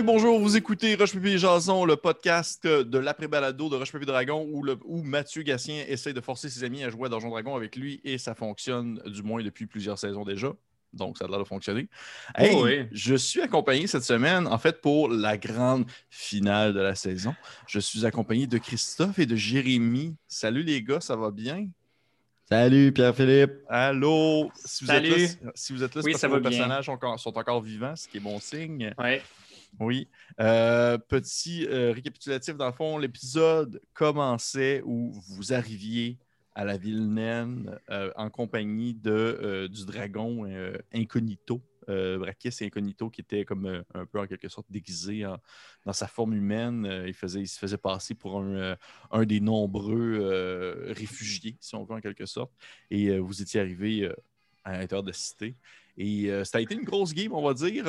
bonjour, vous écoutez Roche Papier Jason, le podcast de l'après-balado de Roche Papier Dragon où Mathieu Gatien essaie de forcer ses amis à jouer à Donjon Dragon avec lui et ça fonctionne du moins depuis plusieurs saisons déjà. Donc, ça a l'air de fonctionner. Hey, oui. Je suis accompagné cette semaine, en fait, pour la grande finale de la saison. Je suis accompagné de Christophe et de Jérémy. Salut les gars, ça va bien? Salut Pierre-Philippe. Allô? Salut. Si vous êtes là, c'est Oui, parce ça que va vos bien. personnages sont encore vivants, ce qui est bon signe. Ouais. Oui. Petit récapitulatif, dans le fond, l'épisode commençait où vous arriviez à la ville naine en compagnie du dragon Incognito, Brakis et Incognito, qui était comme un peu en quelque sorte déguisé dans sa forme humaine. Il se faisait passer pour un des nombreux réfugiés, si on veut, en quelque sorte. Et vous étiez arrivé à l'intérieur de la cité. Et ça a été une grosse game, on va dire.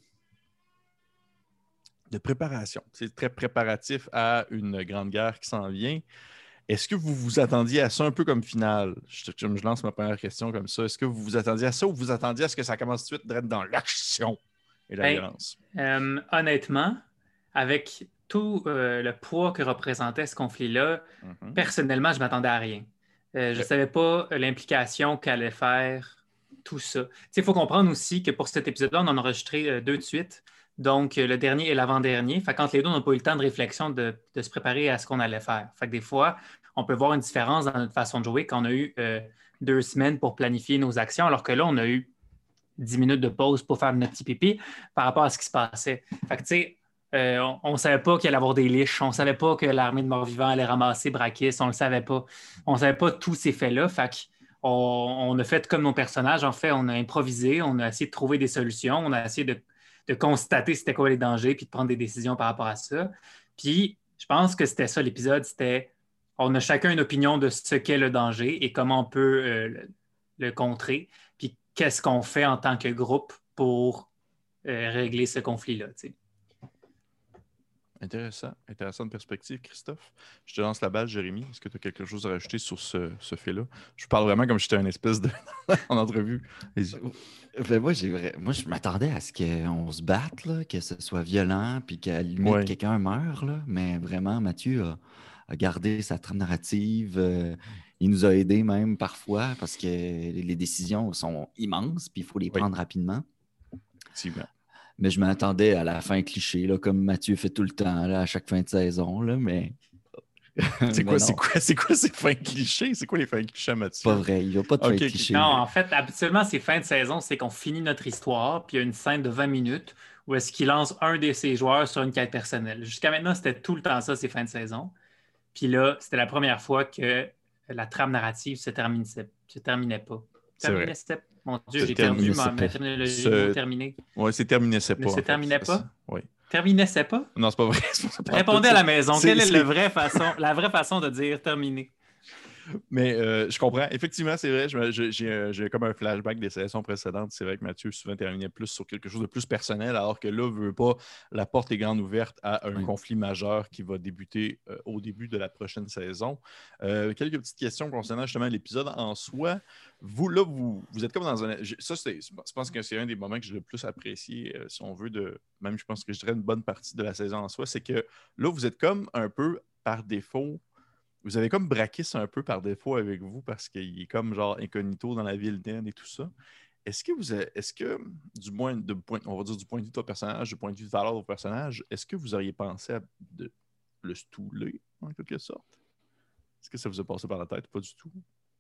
De préparation. C'est très préparatif à une grande guerre qui s'en vient. Est-ce que vous vous attendiez à ça un peu comme finale? Je lance ma première question comme ça. Est-ce que vous vous attendiez à ça ou vous attendiez à ce que ça commence tout de suite d'être dans l'action et la violence? Honnêtement, avec tout le poids que représentait ce conflit-là, personnellement, je ne m'attendais à rien. Je ne savais pas l'implication qu'allait faire tout ça. Il faut comprendre aussi que pour cet épisode-là, on en a enregistré 2 de suite. Donc, le dernier et l'avant-dernier. Quand les deux n'ont pas eu le temps de réflexion de se préparer à ce qu'on allait faire. Fait que des fois, on peut voir une différence dans notre façon de jouer quand on a eu 2 semaines pour planifier nos actions, alors que là, on a eu 10 minutes de pause pour faire notre petit pipi par rapport à ce qui se passait. Fait que, tu sais, on ne savait pas qu'il allait y avoir des liches, on ne savait pas que l'armée de morts-vivants allait ramasser Brakis, on ne le savait pas. On ne savait pas tous ces faits-là. Fait on a fait comme nos personnages. En fait, on a improvisé, on a essayé de trouver des solutions, on a essayé de constater c'était quoi les dangers puis de prendre des décisions par rapport à ça. Puis, je pense que c'était ça l'épisode, c'était on a chacun une opinion de ce qu'est le danger et comment on peut le contrer. Puis, qu'est-ce qu'on fait en tant que groupe pour régler ce conflit-là, tu sais. Intéressante perspective, Christophe. Je te lance la balle, Jérémy. Est-ce que tu as quelque chose à rajouter sur ce fait-là? Je parle vraiment comme si j'étais une espèce de en entrevue. Moi, je m'attendais à ce qu'on se batte, là, que ce soit violent, puis qu'à la limite, quelqu'un meure. Là. Mais vraiment, Mathieu a gardé sa trame narrative. Il nous a aidés même parfois parce que les décisions sont immenses, puis il faut les prendre rapidement. Mais je m'attendais à la fin cliché, là, comme Mathieu fait tout le temps là, à chaque fin de saison. Là, mais... C'est quoi ces fins clichés? C'est quoi les fins clichés, Mathieu? Pas vrai, il n'y a pas de fin cliché. Non, en fait, habituellement, ces fins de saison, c'est qu'on finit notre histoire, puis il y a une scène de 20 minutes où est-ce qu'il lance un de ses joueurs sur une quête personnelle. Jusqu'à maintenant, c'était tout le temps ça, ces fins de saison. Puis là, c'était la première fois que la trame narrative se terminait pas. Mon Dieu, j'ai perdu ma terminologie, le mot terminé. Oui, c'est terminait-c'est pas. Ne se terminait pas? Oui. Terminait-c'est pas? Non, c'est pas vrai. Répondez à la maison. Quelle est la vraie façon de dire terminé? Mais je comprends. Effectivement, c'est vrai. J'ai comme un flashback des saisons précédentes. C'est vrai que Mathieu souvent terminait plus sur quelque chose de plus personnel, alors que là, veut pas, la porte est grande ouverte à un conflit majeur qui va débuter au début de la prochaine saison. Quelques petites questions concernant justement l'épisode en soi. Vous êtes comme dans un... Ça, je pense que c'est un des moments que j'ai le plus apprécié, si on veut, même je pense que je dirais une bonne partie de la saison en soi, c'est que là, vous êtes comme un peu par défaut. Vous avez comme Brakis un peu par défaut avec vous parce qu'il est comme genre incognito dans la ville naine et tout ça. Est-ce que du moins, on va dire du point de vue de ton personnage, du point de vue de valeur de ton personnage, est-ce que vous auriez pensé à le stouler en quelque sorte? Est-ce que ça vous a passé par la tête? Pas du tout.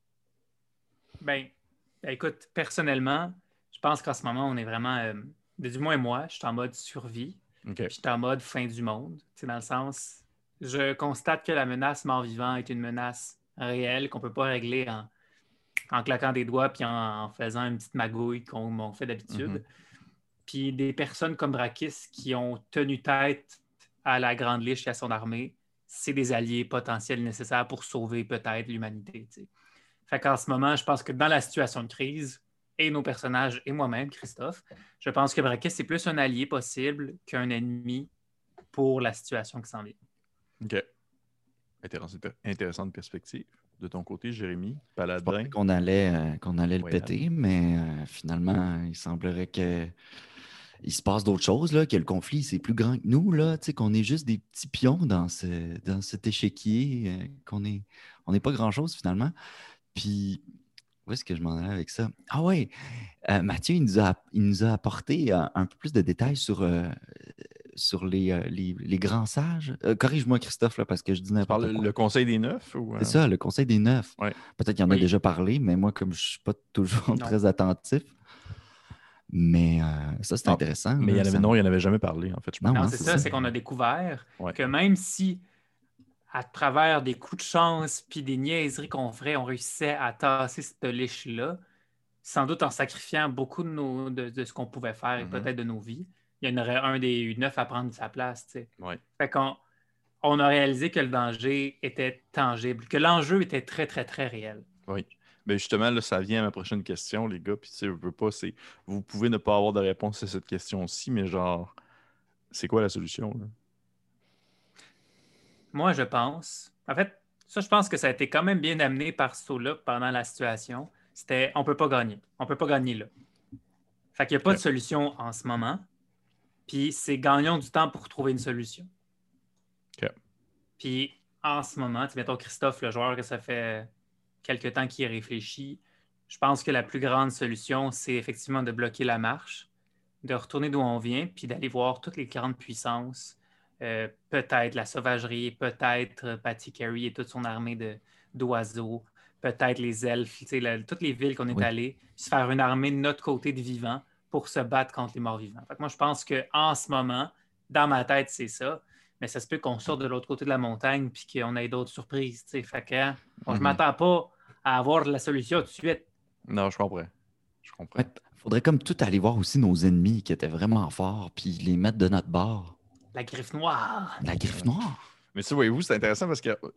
Ben écoute, personnellement, je pense qu'en ce moment, on est vraiment, du moins moi, je suis en mode survie. Okay. Je suis en mode fin du monde. Dans le sens, je constate que la menace mort-vivant est une menace réelle qu'on ne peut pas régler en claquant des doigts puis en faisant une petite magouille comme on fait d'habitude. Puis des personnes comme Brakis qui ont tenu tête à la Grande Liche et à son armée, c'est des alliés potentiels nécessaires pour sauver peut-être l'humanité. T'sais. Fait qu'en ce moment, je pense que dans la situation de crise, et nos personnages et moi-même, Christophe, je pense que Brakis, c'est plus un allié possible qu'un ennemi pour la situation qui s'en vient. OK. Intéressante perspective. De ton côté, Jérémy, Paladin. Je pensais qu'on allait le péter, mais finalement, il semblerait que il se passe d'autres choses, là, que le conflit, c'est plus grand que nous, là, qu'on est juste des petits pions dans cet échiquier, on n'est pas grand-chose finalement. Puis, où est-ce que je m'en allais avec ça? Ah ouais, Mathieu, il nous a apporté un peu plus de détails sur les grands sages. Corrige-moi, Christophe, là, parce que je dis Tu n'importe parles quoi. le Conseil des Neufs? C'est ça, le Conseil des Neufs. Ouais. Peut-être qu'il y en a déjà parlé, mais moi, comme je ne suis pas toujours très attentif. Mais ça, c'est intéressant. Mais là, il n'y en avait jamais parlé, en fait. Je pense. Non, c'est ça, c'est qu'on a découvert que même si, à travers des coups de chance puis des niaiseries qu'on ferait, on réussissait à tasser cette liche-là, sans doute en sacrifiant beaucoup de ce qu'on pouvait faire et peut-être de nos vies, il y en aurait un des neufs à prendre sa place. Fait qu'on a réalisé que le danger était tangible, que l'enjeu était très, très, très réel. Oui. Mais justement, là, ça vient à ma prochaine question, les gars. Puis, je veux pas, vous pouvez ne pas avoir de réponse à cette question-ci, mais genre, c'est quoi la solution, là? Moi, je pense. En fait, ça, je pense que ça a été quand même bien amené par Sola pendant la situation. C'était on peut pas gagner. On peut pas gagner là. Fait qu'il n'y a pas de solution en ce moment. Puis c'est gagnons du temps pour trouver une solution. Puis en ce moment, mettons Christophe, le joueur, que ça fait quelque temps qu'il réfléchit, je pense que la plus grande solution, c'est effectivement de bloquer la marche, de retourner d'où on vient, puis d'aller voir toutes les grandes puissances. Peut-être la sauvagerie, peut-être Patty Carey et toute son armée d'oiseaux, peut-être les elfes, toutes les villes qu'on est allés, se faire une armée de notre côté de vivants pour se battre contre les morts-vivants. Moi, je pense qu'en ce moment, dans ma tête, c'est ça. Mais ça se peut qu'on sorte de l'autre côté de la montagne puis qu'on ait d'autres surprises. Fait que, je ne m'attends pas à avoir la solution tout de suite. Non, je comprends. Il faudrait comme tout aller voir aussi nos ennemis qui étaient vraiment forts puis les mettre de notre bord. La griffe noire. La griffe noire. Mais ça, voyez-vous, c'est intéressant parce que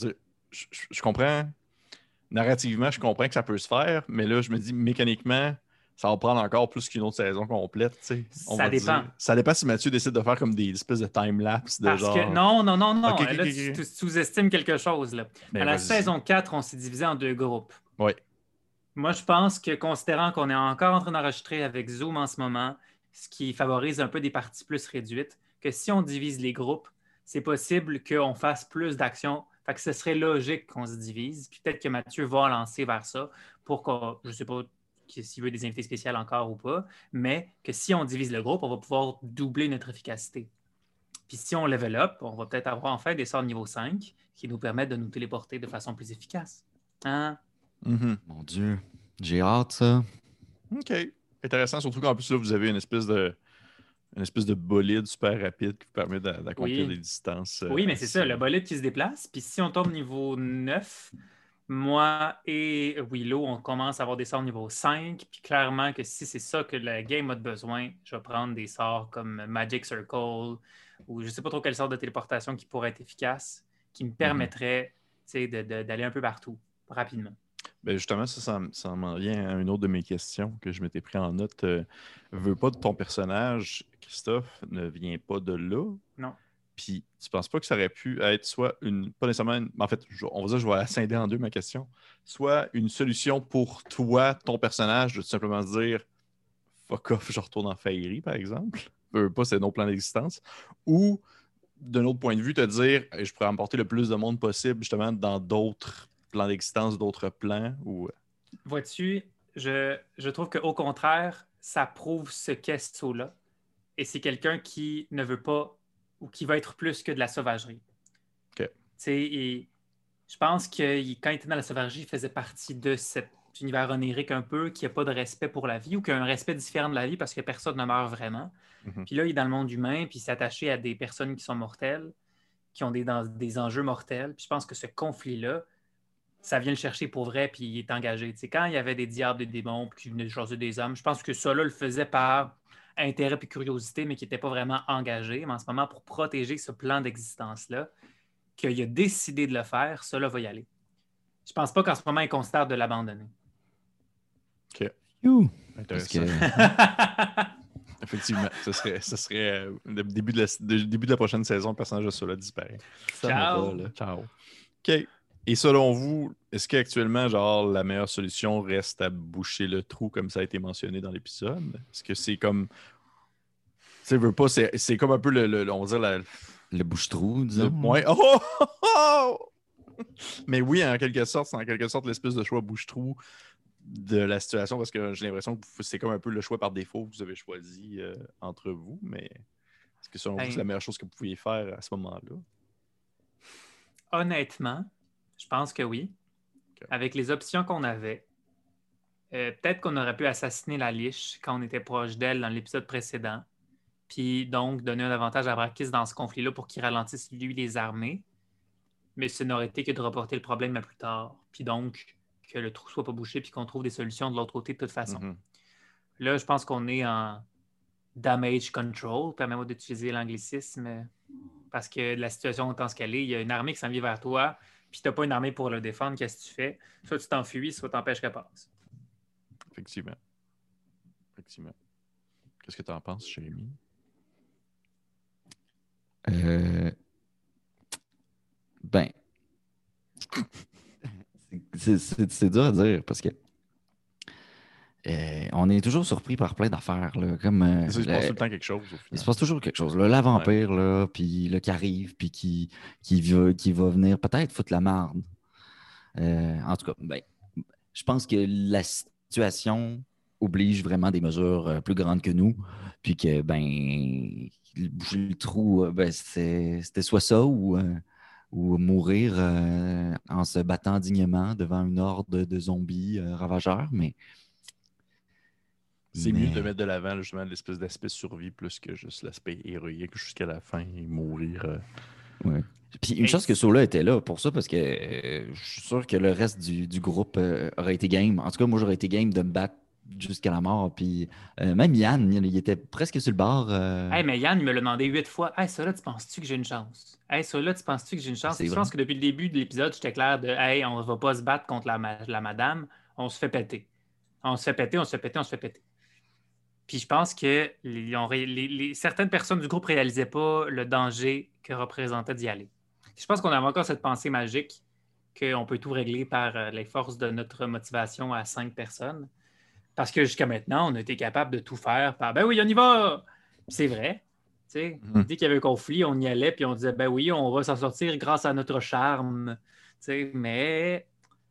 je comprends. Narrativement, je comprends que ça peut se faire, mais là, je me dis mécaniquement, ça va prendre encore plus qu'une autre saison complète. Ça dépend. Ça dépend si Mathieu décide de faire comme des espèces de time-lapse de genre. Que, non. Là, tu sous-estimes quelque chose. Là. À la saison 4, on s'est divisé en 2 groupes. Oui. Moi, je pense que considérant qu'on est encore en train d'enregistrer avec Zoom en ce moment, ce qui favorise un peu des parties plus réduites, que si on divise les groupes, c'est possible qu'on fasse plus d'actions. Fait que ce serait logique qu'on se divise. Puis peut-être que Mathieu va lancer vers ça pour qu'on, je ne sais pas s'il veut des invités spéciaux encore ou pas, mais que si on divise le groupe, on va pouvoir doubler notre efficacité. Puis si on level up, on va peut-être avoir en fait des sorts de niveau 5 qui nous permettent de nous téléporter de façon plus efficace. Hein? Mon Dieu, j'ai hâte, ça. OK. Intéressant, surtout qu'en plus, là, vous avez une espèce de bolide super rapide qui vous permet d'accomplir des distances. Oui, mais c'est ça, le bolide qui se déplace. Puis si on tombe niveau 9, moi et Willow, on commence à avoir des sorts niveau 5. Puis clairement que si c'est ça que la game a besoin, je vais prendre des sorts comme Magic Circle ou je ne sais pas trop quel sort de téléportation qui pourrait être efficace, qui me permettrait d'aller un peu partout rapidement. Ben justement, ça m'en vient à une autre de mes questions que je m'étais pris en note. Veux pas de ton personnage, Christophe, ne vient pas de là. Non. Puis tu penses pas que ça aurait pu être soit pas nécessairement en fait, on va dire, je vais la scinder en deux ma question. Soit une solution pour toi, ton personnage, de tout simplement se dire fuck off, je retourne en Faerie, par exemple. Veux pas, c'est nos plans d'existence. Ou d'un autre point de vue, te dire je pourrais emporter le plus de monde possible justement dans d'autres plans d'existence, d'autres plans ou. Vois-tu, je trouve qu'au contraire, ça prouve ce qu'est Sola. Et c'est quelqu'un qui ne veut pas ou qui va être plus que de la sauvagerie. OK. Je pense que quand il était dans la sauvagerie, il faisait partie de cet univers onirique un peu, qui n'a pas de respect pour la vie ou qui a un respect différent de la vie parce que personne ne meurt vraiment. Puis là, il est dans le monde humain, puis il s'est attaché à des personnes qui sont mortelles, qui ont des enjeux mortels. Puis je pense que ce conflit-là, ça vient le chercher pour vrai, puis il est engagé. Quand il y avait des diables, des démons, puis qui venaient choisir des hommes, je pense que ça, là, le faisait par intérêt et curiosité, mais qui n'était pas vraiment engagé. Mais en ce moment, pour protéger ce plan d'existence-là, qu'il a décidé de le faire, cela va y aller. Je pense pas qu'en ce moment, il considère de l'abandonner. OK. Intéressant. Effectivement, ce serait le début de la prochaine saison, le personnage de Sola disparaît. Ciao. Ciao. OK. Et selon vous, est-ce qu'actuellement, genre, la meilleure solution reste à boucher le trou comme ça a été mentionné dans l'épisode? Est-ce que c'est comme sais, veux pas, c'est comme un peu on va dire le bouche-trou, disons. Oh! Mais oui, en quelque sorte, c'est en quelque sorte l'espèce de choix bouche-trou de la situation, parce que j'ai l'impression que c'est comme un peu le choix par défaut que vous avez choisi entre vous, mais est-ce que selon vous, c'est la meilleure chose que vous pouviez faire à ce moment-là? Honnêtement, je pense que oui. Okay. Avec les options qu'on avait, peut-être qu'on aurait pu assassiner la liche quand on était proche d'elle dans l'épisode précédent, puis donc donner un avantage à Brakis dans ce conflit-là pour qu'il ralentisse lui les armées, mais ce n'aurait été que de reporter le problème à plus tard, puis donc que le trou soit pas bouché puis qu'on trouve des solutions de l'autre côté de toute façon. Mm-hmm. Là, je pense qu'on est en damage control, permets-moi d'utiliser l'anglicisme, parce que la situation étant ce qu'elle est, il y a une armée qui s'en vient vers toi, puis tu n'as pas une armée pour le défendre, qu'est-ce que tu fais? Soit tu t'enfuis, soit tu empêches qu'elle passe. Effectivement. Qu'est-ce que tu en penses, Jérémy? Ben, c'est dur à dire parce que on est toujours surpris par plein d'affaires. Là, comme, il se passe tout le temps quelque chose. Au final. Il se passe toujours quelque chose. Là, la vampire, là, puis là, qui arrive, puis qui va venir peut-être foutre la marde. En tout cas, ben, je pense que la situation oblige vraiment des mesures plus grandes que nous, puis que, ben, bouger le trou, ben, c'était soit ça ou mourir en se battant dignement devant une horde de zombies ravageurs, mais... C'est mieux de mettre de l'avant justement l'espèce d'aspect survie plus que juste l'aspect héroïque jusqu'à la fin et mourir. Ouais. Puis une chose que Sola était là pour ça, parce que je suis sûr que le reste du groupe aurait été game. En tout cas, moi, j'aurais été game de me battre jusqu'à la mort. Puis même Yann, il était presque sur le bord. Hey, mais Yann, il me l'a demandé 8 fois. Hey, Sola, tu penses-tu que j'ai une chance? Hey, Sola, tu penses-tu que j'ai une chance? Je pense que depuis le début de l'épisode, j'étais clair de hey, on va pas se battre contre la madame, on se fait péter. On se fait péter. Puis je pense que certaines personnes du groupe ne réalisaient pas le danger que représentait d'y aller. Je pense qu'on avait encore cette pensée magique qu'on peut tout régler par les forces de notre motivation à 5 personnes. Parce que jusqu'à maintenant, on a été capable de tout faire par « Ben oui, on y va! » C'est vrai. Dès qu'il y avait un conflit, on y allait puis on disait « Ben oui, on va s'en sortir grâce à notre charme. » Mais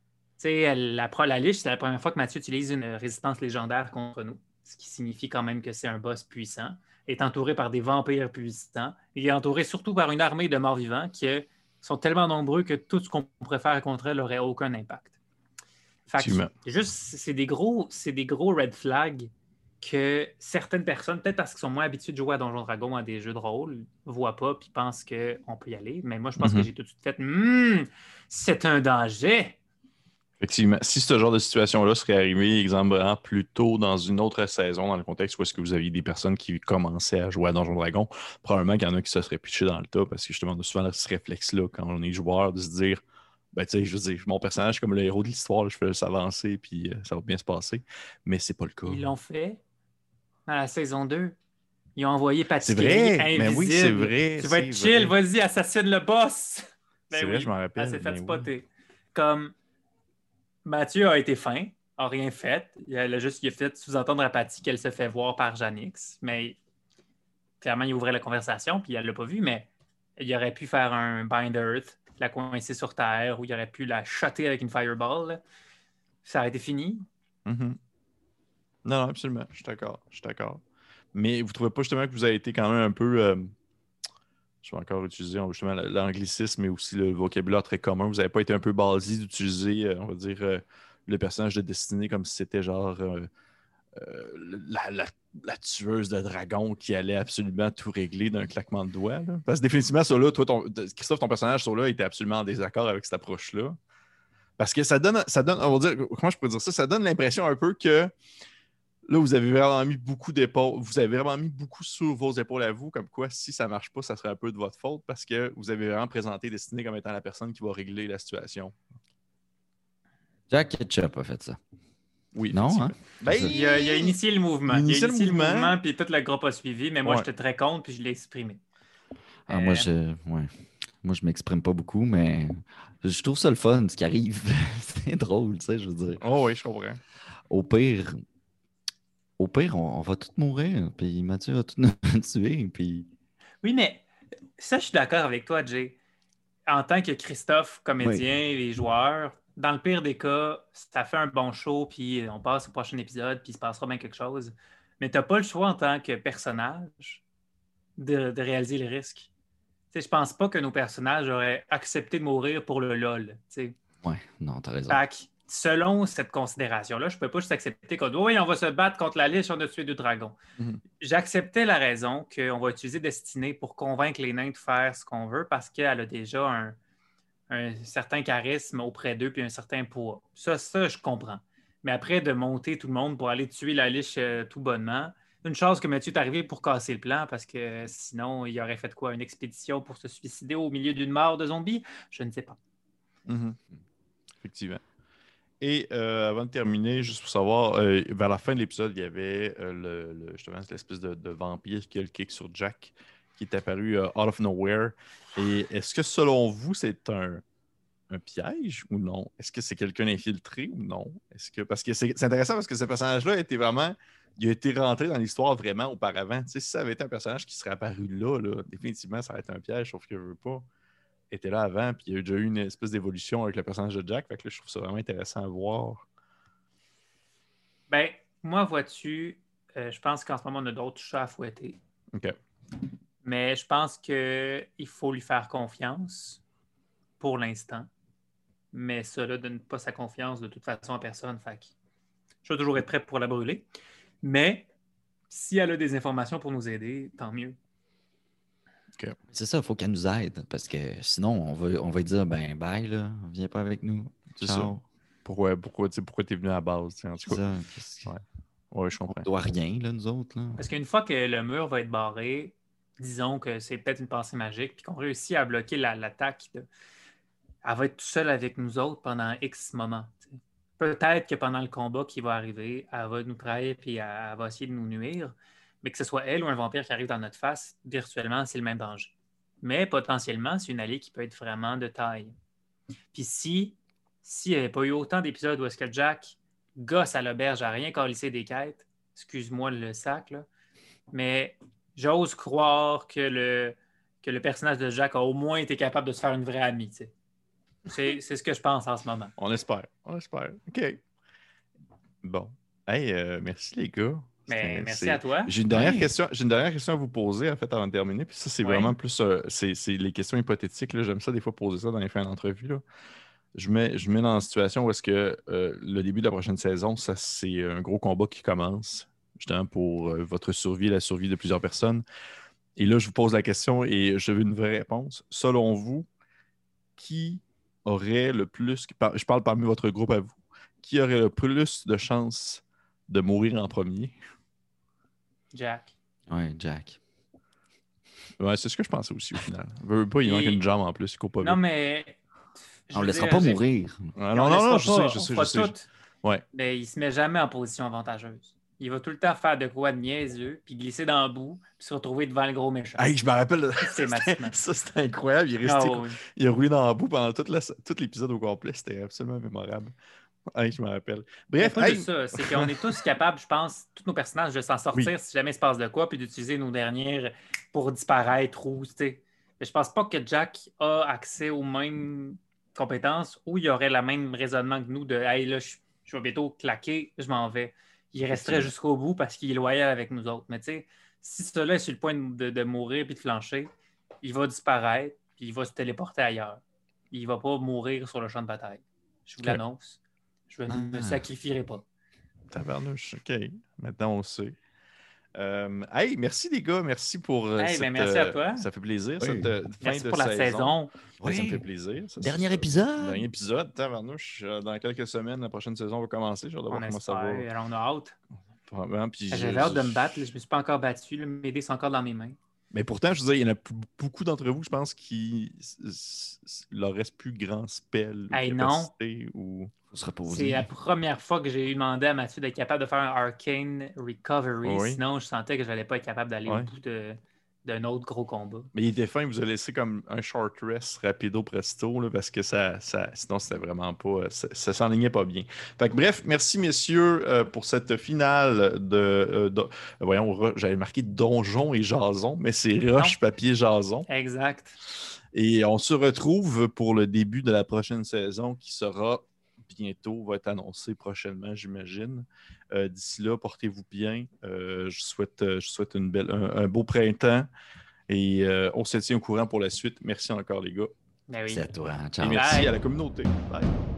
la liche, c'est la première fois que Mathieu utilise une résistance légendaire contre nous. Ce qui signifie quand même que c'est un boss puissant, est entouré par des vampires puissants. Il est entouré surtout par une armée de morts-vivants qui sont tellement nombreux que tout ce qu'on pourrait faire contre elles n'aurait aucun impact. C'est des gros red flags que certaines personnes, peut-être parce qu'ils sont moins habitués de jouer à Donjons Dragons, à des jeux de rôle, ne voient pas et pensent qu'on peut y aller. Mais moi, je pense que j'ai tout de suite fait « c'est un danger! » Effectivement, si ce genre de situation-là serait arrivé, exemple, plus tôt dans une autre saison, dans le contexte où est-ce que vous aviez des personnes qui commençaient à jouer à Donjons Dragons, probablement qu'il y en a qui se seraient pitchés dans le tas parce que justement, on a souvent ce réflexe-là quand on est joueur de se dire ben, tu sais, je veux dire, mon personnage, comme le héros de l'histoire, je fais s'avancer puis ça va bien se passer. Mais c'est pas le cas. Ils l'ont fait dans la saison 2. Ils ont envoyé Patrick invisible. Mais oui, c'est vrai. Tu vas être chill, vas-y, assassine le boss. Ben c'est vrai, je m'en rappelle. Elle s'est fait spotter. Comme Mathieu a été fin, a rien fait. Il a fait sous-entendre à Patty qu'elle se fait voir par Janix. Mais clairement, il ouvrait la conversation puis elle l'a pas vu. Mais il aurait pu faire un Bind Earth, la coincer sur terre, ou il aurait pu la shotter avec une fireball. Là. Ça aurait été fini. Mm-hmm. Non, absolument. Je suis d'accord. Mais vous ne trouvez pas justement que vous avez été quand même un peu... je vais encore utiliser justement l'anglicisme, mais aussi le vocabulaire très commun. Vous n'avez pas été un peu basé d'utiliser, on va dire, le personnage de Destiny comme si c'était genre la tueuse de dragon qui allait absolument tout régler d'un claquement de doigts. Là. Parce que définitivement, ça là, toi, Christophe, ton personnage sur là était absolument en désaccord avec cette approche-là. Parce que ça donne, on va dire, comment je pourrais dire ça? Ça donne l'impression un peu que là, vous avez vraiment mis beaucoup d'épaules, vous avez vraiment mis beaucoup sur vos épaules à vous, comme quoi, si ça ne marche pas, ça serait un peu de votre faute parce que vous avez vraiment présenté Destiny comme étant la personne qui va régler la situation. Jack Ketchup a fait ça. Oui, non, hein? Ben, il a initié le mouvement. Il a initié le mouvement, puis tout le groupe a suivi, mais moi, j'étais très contre, puis je l'ai exprimé. Moi, je m'exprime pas beaucoup, mais je trouve ça le fun, ce qui arrive. C'est drôle, tu sais, je veux dire. Oh oui, je comprends. Au pire, au pire, on va tous mourir, puis Mathieu va tout nous tuer, puis... Oui, mais ça, je suis d'accord avec toi, Jay. En tant que Christophe, Oui. comédien, les joueurs, dans le pire des cas, ça fait un bon show, puis on passe au prochain épisode, puis il se passera bien quelque chose. Mais tu n'as pas le choix en tant que personnage de réaliser le risque. Je pense pas que nos personnages auraient accepté de mourir pour le LOL. T'sais. Ouais, non, t'as raison. Fait que, selon cette considération-là, je ne peux pas juste accepter qu'on dit oui, on va se battre contre la Liche, on a tué 2 dragons. J'acceptais la raison qu'on va utiliser Destinée pour convaincre les nains de faire ce qu'on veut parce qu'elle a déjà un certain charisme auprès d'eux puis un certain poids. Ça, je comprends. Mais après, de monter tout le monde pour aller tuer la Liche tout bonnement, une chance que Mathieu est arrivé pour casser le plan parce que sinon, il aurait fait quoi? Une expédition pour se suicider au milieu d'une mort de zombies? Je ne sais pas. Effectivement. Et avant de terminer, juste pour savoir, vers la fin de l'épisode, il y avait justement l'espèce de vampire qui a le kick sur Jack qui est apparu out of nowhere. Et est-ce que selon vous, c'est un piège ou non? Est-ce que c'est quelqu'un d'infiltré ou non? Parce que c'est intéressant parce que ce personnage-là il a été rentré dans l'histoire vraiment auparavant. Tu sais, si ça avait été un personnage qui serait apparu là, définitivement, ça aurait été un piège, sauf que je veux pas. Était là avant, puis il y a déjà eu une espèce d'évolution avec le personnage de Jack. Fait que là, je trouve ça vraiment intéressant à voir. Ben, moi, vois-tu, je pense qu'en ce moment, on a d'autres chats à fouetter. OK. Mais je pense qu'il faut lui faire confiance pour l'instant. Mais cela donne pas sa confiance de toute façon à personne. Fait que je vais toujours être prêt pour la brûler. Mais si elle a des informations pour nous aider, tant mieux. Okay. C'est ça, il faut qu'elle nous aide, parce que sinon, on va lui dire, ben bye, là, viens pas avec nous. C'est ça. Pourquoi t'es venu à la base? En tout cas. Ouais, je comprends. On doit rien, là, nous autres. Là. Parce qu'une fois que le mur va être barré, disons que c'est peut-être une pensée magique, puis qu'on réussit à bloquer l'attaque, elle va être toute seule avec nous autres pendant X moments. T'sais. Peut-être que pendant le combat qui va arriver, elle va nous trahir puis elle va essayer de nous nuire. Mais que ce soit elle ou un vampire qui arrive dans notre face, virtuellement, c'est le même danger. Mais potentiellement, c'est une alliée qui peut être vraiment de taille. Puis s'il n'y avait pas eu autant d'épisodes où est-ce que Jack gosse à l'auberge à rien calisser des quêtes, excuse-moi le sac, là, mais j'ose croire que le personnage de Jack a au moins été capable de se faire une vraie amie. T'sais. C'est ce que je pense en ce moment. On espère. OK. Bon. Hey, merci les gars. Mais merci à toi. J'ai une dernière question à vous poser en fait avant de terminer. Puis ça, c'est vraiment plus c'est les questions hypothétiques. Là. J'aime ça des fois poser ça dans les fins d'entrevue. Là. Je mets dans une situation où est-ce que le début de la prochaine saison, ça c'est un gros combat qui commence, justement pour votre survie, la survie de plusieurs personnes. Et là, je vous pose la question et je veux une vraie réponse. Selon vous, qui aurait le plus, je parle parmi votre groupe à vous, qui aurait le plus de chances de mourir en premier? Jack. Ouais, Jack. Ouais, c'est ce que je pensais aussi au final. Il manque une jambe en plus, il court pas vite. Non, mais... On le laissera pas mourir. Non, je sais. Ouais. Mais il se met jamais en position avantageuse. Il va tout le temps faire de quoi de niaiseux, puis glisser dans le bout, puis se retrouver devant le gros méchant. Hey, je me rappelle, ça, c'était incroyable. Il est resté, il a roulé dans le bout pendant tout l'épisode au complet. C'était absolument mémorable. Hey, je me rappelle. Bref, pas juste ça, c'est qu'on est tous capables, je pense, tous nos personnages, de s'en sortir si jamais il se passe de quoi, puis d'utiliser nos dernières pour disparaître ou, tu sais. Mais je pense pas que Jack a accès aux mêmes compétences ou il aurait le même raisonnement que nous de hey, là, je vais bientôt claquer, je m'en vais. Il resterait jusqu'au bout parce qu'il est loyal avec nous autres. Mais tu sais, si cela est sur le point de mourir puis de flancher, il va disparaître puis il va se téléporter ailleurs. Il va pas mourir sur le champ de bataille. Je vous l'annonce. Je ne me sacrifierai pas. Tabarnouche, OK. Maintenant, on sait. Hey, merci les gars. Merci pour merci à toi. Ça fait plaisir, cette merci fin de pour la saison. Oui. Ça me fait plaisir. Dernier épisode. Dernier épisode. Tabarnouche. Dans quelques semaines, la prochaine saison va commencer. J'ai hâte de voir comment ça va. Alors, on a hâte. Puis j'avais hâte de me battre. Je ne me suis pas encore battu. Là. Mes dés sont encore dans mes mains. Mais pourtant, je veux dire, il y en a beaucoup d'entre vous, je pense, qui leur reste plus grand spell capacité ou se reposer. C'est la première fois que j'ai demandé à Mathieu d'être capable de faire un Arcane Recovery. Oui. Sinon, je sentais que je n'allais pas être capable d'aller au bout de d'un autre gros combat. Mais il était fin, il vous a laissé comme un short rest rapido presto, là, parce que sinon c'était vraiment pas. Ça s'enlignait pas bien. Fait que, bref, merci messieurs pour cette finale voyons, j'avais marqué Donjon et Jason, mais c'est Roche, Papier, Jason. Exact. Et on se retrouve pour le début de la prochaine saison qui sera bientôt, va être annoncé prochainement, j'imagine. D'ici là, portez-vous bien. Je souhaite un beau printemps et on se tient au courant pour la suite. Merci encore, les gars. Ben oui. C'est à toi. Ciao. Et merci à la communauté. Bye.